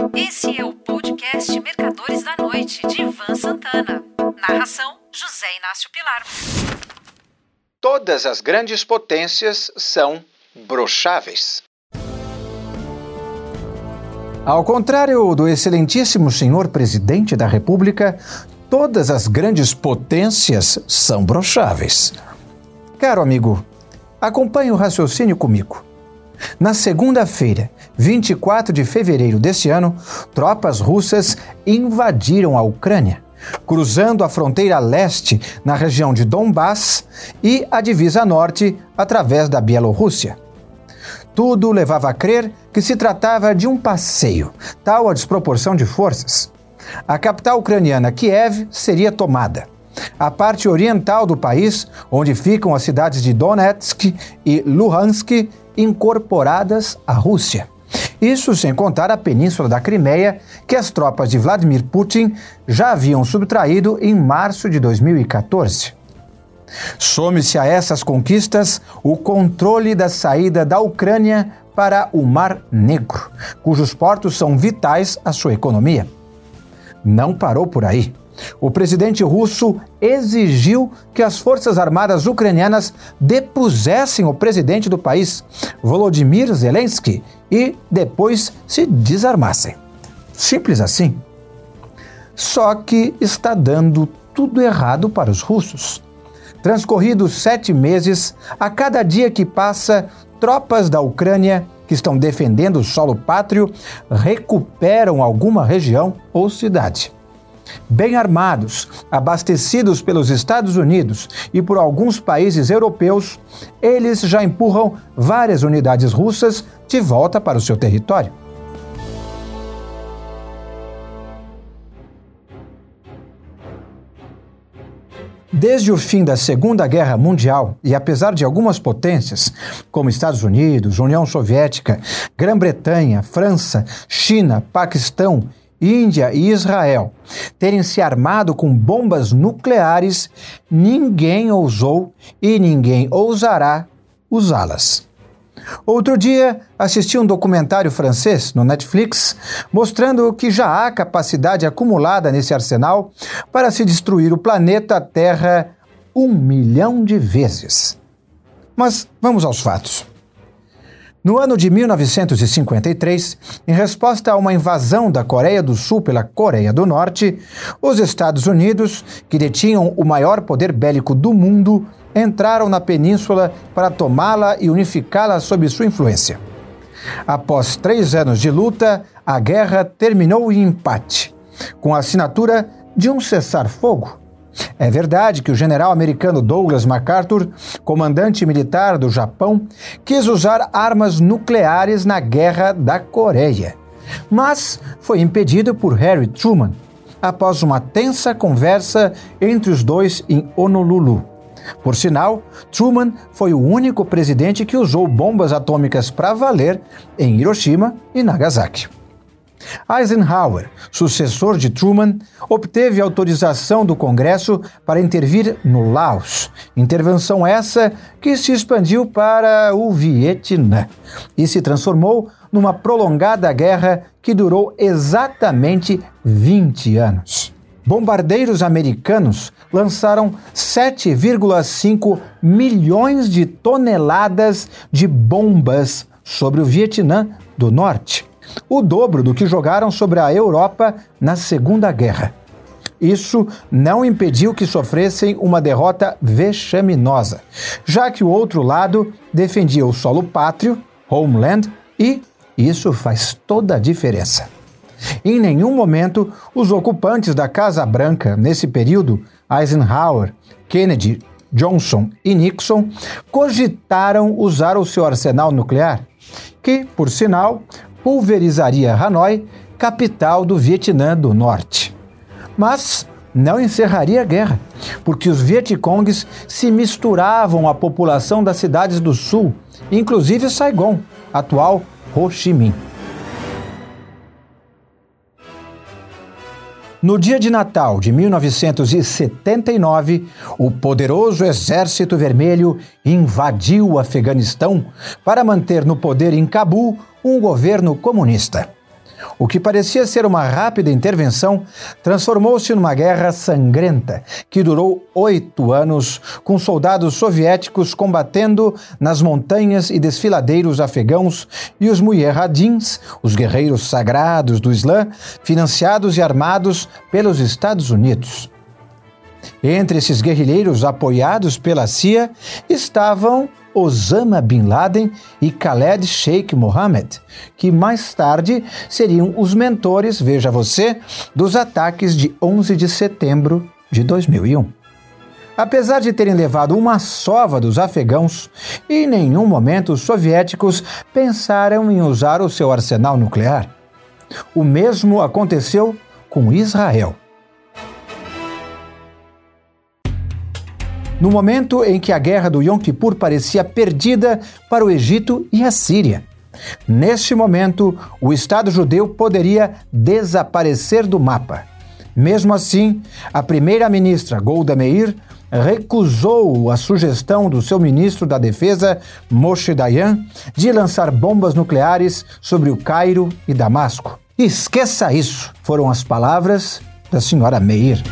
Esse é o podcast Mercadores da Noite, de Ivan Santana. Narração, José Inácio Pilar. Todas as grandes potências são brocháveis. Ao contrário do excelentíssimo senhor presidente da República, todas as grandes potências são brocháveis. Caro amigo, acompanhe o raciocínio comigo. Na segunda-feira, 24 de fevereiro deste ano, tropas russas invadiram a Ucrânia, cruzando a fronteira leste na região de Donbass e a divisa norte através da Bielorrússia. Tudo levava a crer que se tratava de um passeio, tal a desproporção de forças. A capital ucraniana, Kiev, seria tomada. A parte oriental do país, onde ficam as cidades de Donetsk e Luhansk, incorporadas à Rússia. Isso sem contar a península da Crimeia, que as tropas de Vladimir Putin já haviam subtraído em março de 2014. Some-se a essas conquistas o controle da saída da Ucrânia para o Mar Negro, cujos portos são vitais à sua economia. Não parou por aí. O presidente russo exigiu que as forças armadas ucranianas depusessem o presidente do país, Volodymyr Zelensky, e depois se desarmassem. Simples assim. Só que está dando tudo errado para os russos. Transcorridos 7 meses, a cada dia que passa, tropas da Ucrânia que estão defendendo o solo pátrio recuperam alguma região ou cidade. Bem armados, abastecidos pelos Estados Unidos e por alguns países europeus, eles já empurram várias unidades russas de volta para o seu território. Desde o fim da Segunda Guerra Mundial, e apesar de algumas potências, como Estados Unidos, União Soviética, Grã-Bretanha, França, China, Paquistão, Índia e Israel terem se armado com bombas nucleares, ninguém ousou e ninguém ousará usá-las. Outro dia, assisti um documentário francês no Netflix mostrando que já há capacidade acumulada nesse arsenal para se destruir o planeta Terra 1 milhão de vezes. Mas vamos aos fatos. No ano de 1953, em resposta a uma invasão da Coreia do Sul pela Coreia do Norte, os Estados Unidos, que detinham o maior poder bélico do mundo, entraram na península para tomá-la e unificá-la sob sua influência. Após 3 anos de luta, a guerra terminou em empate, com a assinatura de um cessar-fogo. É verdade que o general americano Douglas MacArthur, comandante militar do Japão, quis usar armas nucleares na Guerra da Coreia, mas foi impedido por Harry Truman, após uma tensa conversa entre os dois em Honolulu. Por sinal, Truman foi o único presidente que usou bombas atômicas para valer em Hiroshima e Nagasaki. Eisenhower, sucessor de Truman, obteve autorização do Congresso para intervir no Laos, intervenção essa que se expandiu para o Vietnã e se transformou numa prolongada guerra que durou exatamente 20 anos. Bombardeiros americanos lançaram 7,5 milhões de toneladas de bombas sobre o Vietnã do Norte, o dobro do que jogaram sobre a Europa na Segunda Guerra. Isso não impediu que sofressem uma derrota vexaminosa, já que o outro lado defendia o solo pátrio, homeland, e isso faz toda a diferença. Em nenhum momento, os ocupantes da Casa Branca, nesse período, Eisenhower, Kennedy, Johnson e Nixon, cogitaram usar o seu arsenal nuclear, que, por sinal, pulverizaria Hanoi, capital do Vietnã do Norte. Mas não encerraria a guerra, porque os Vietcongues se misturavam à população das cidades do sul, inclusive Saigon, atual Ho Chi Minh. No dia de Natal de 1979, o poderoso Exército Vermelho invadiu o Afeganistão para manter no poder em Cabul um governo comunista. O que parecia ser uma rápida intervenção transformou-se numa guerra sangrenta que durou 8 anos, com soldados soviéticos combatendo nas montanhas e desfiladeiros afegãos e os mujahidins, os guerreiros sagrados do Islã, financiados e armados pelos Estados Unidos. Entre esses guerrilheiros apoiados pela CIA estavam Osama Bin Laden e Khaled Sheikh Mohammed, que mais tarde seriam os mentores, veja você, dos ataques de 11 de setembro de 2001. Apesar de terem levado uma sova dos afegãos, em nenhum momento os soviéticos pensaram em usar o seu arsenal nuclear. O mesmo aconteceu com Israel. No momento em que a guerra do Yom Kippur parecia perdida para o Egito e a Síria. Neste momento, o Estado judeu poderia desaparecer do mapa. Mesmo assim, a primeira-ministra Golda Meir recusou a sugestão do seu ministro da Defesa, Moshe Dayan, de lançar bombas nucleares sobre o Cairo e Damasco. Esqueça isso, foram as palavras da senhora Meir.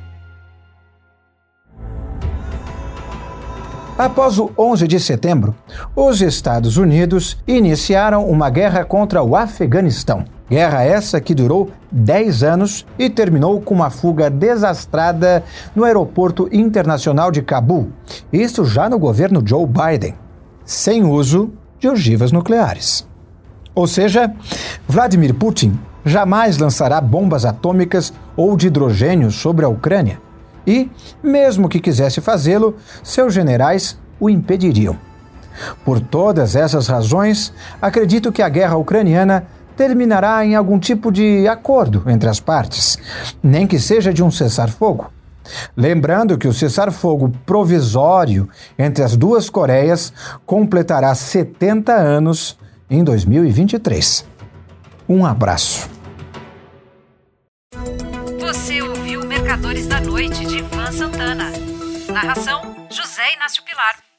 Após o 11 de setembro, os Estados Unidos iniciaram uma guerra contra o Afeganistão. Guerra essa que durou 10 anos e terminou com uma fuga desastrada no aeroporto internacional de Cabul, isso já no governo Joe Biden, sem uso de ogivas nucleares. Ou seja, Vladimir Putin jamais lançará bombas atômicas ou de hidrogênio sobre a Ucrânia. E, mesmo que quisesse fazê-lo, seus generais o impediriam. Por todas essas razões, acredito que a guerra ucraniana terminará em algum tipo de acordo entre as partes, nem que seja de um cessar-fogo. Lembrando que o cessar-fogo provisório entre as duas Coreias completará 70 anos em 2023. Um abraço. Você ouviu Mercadores da Noite, de Ivan Santana. Narração, José Inácio Pilar.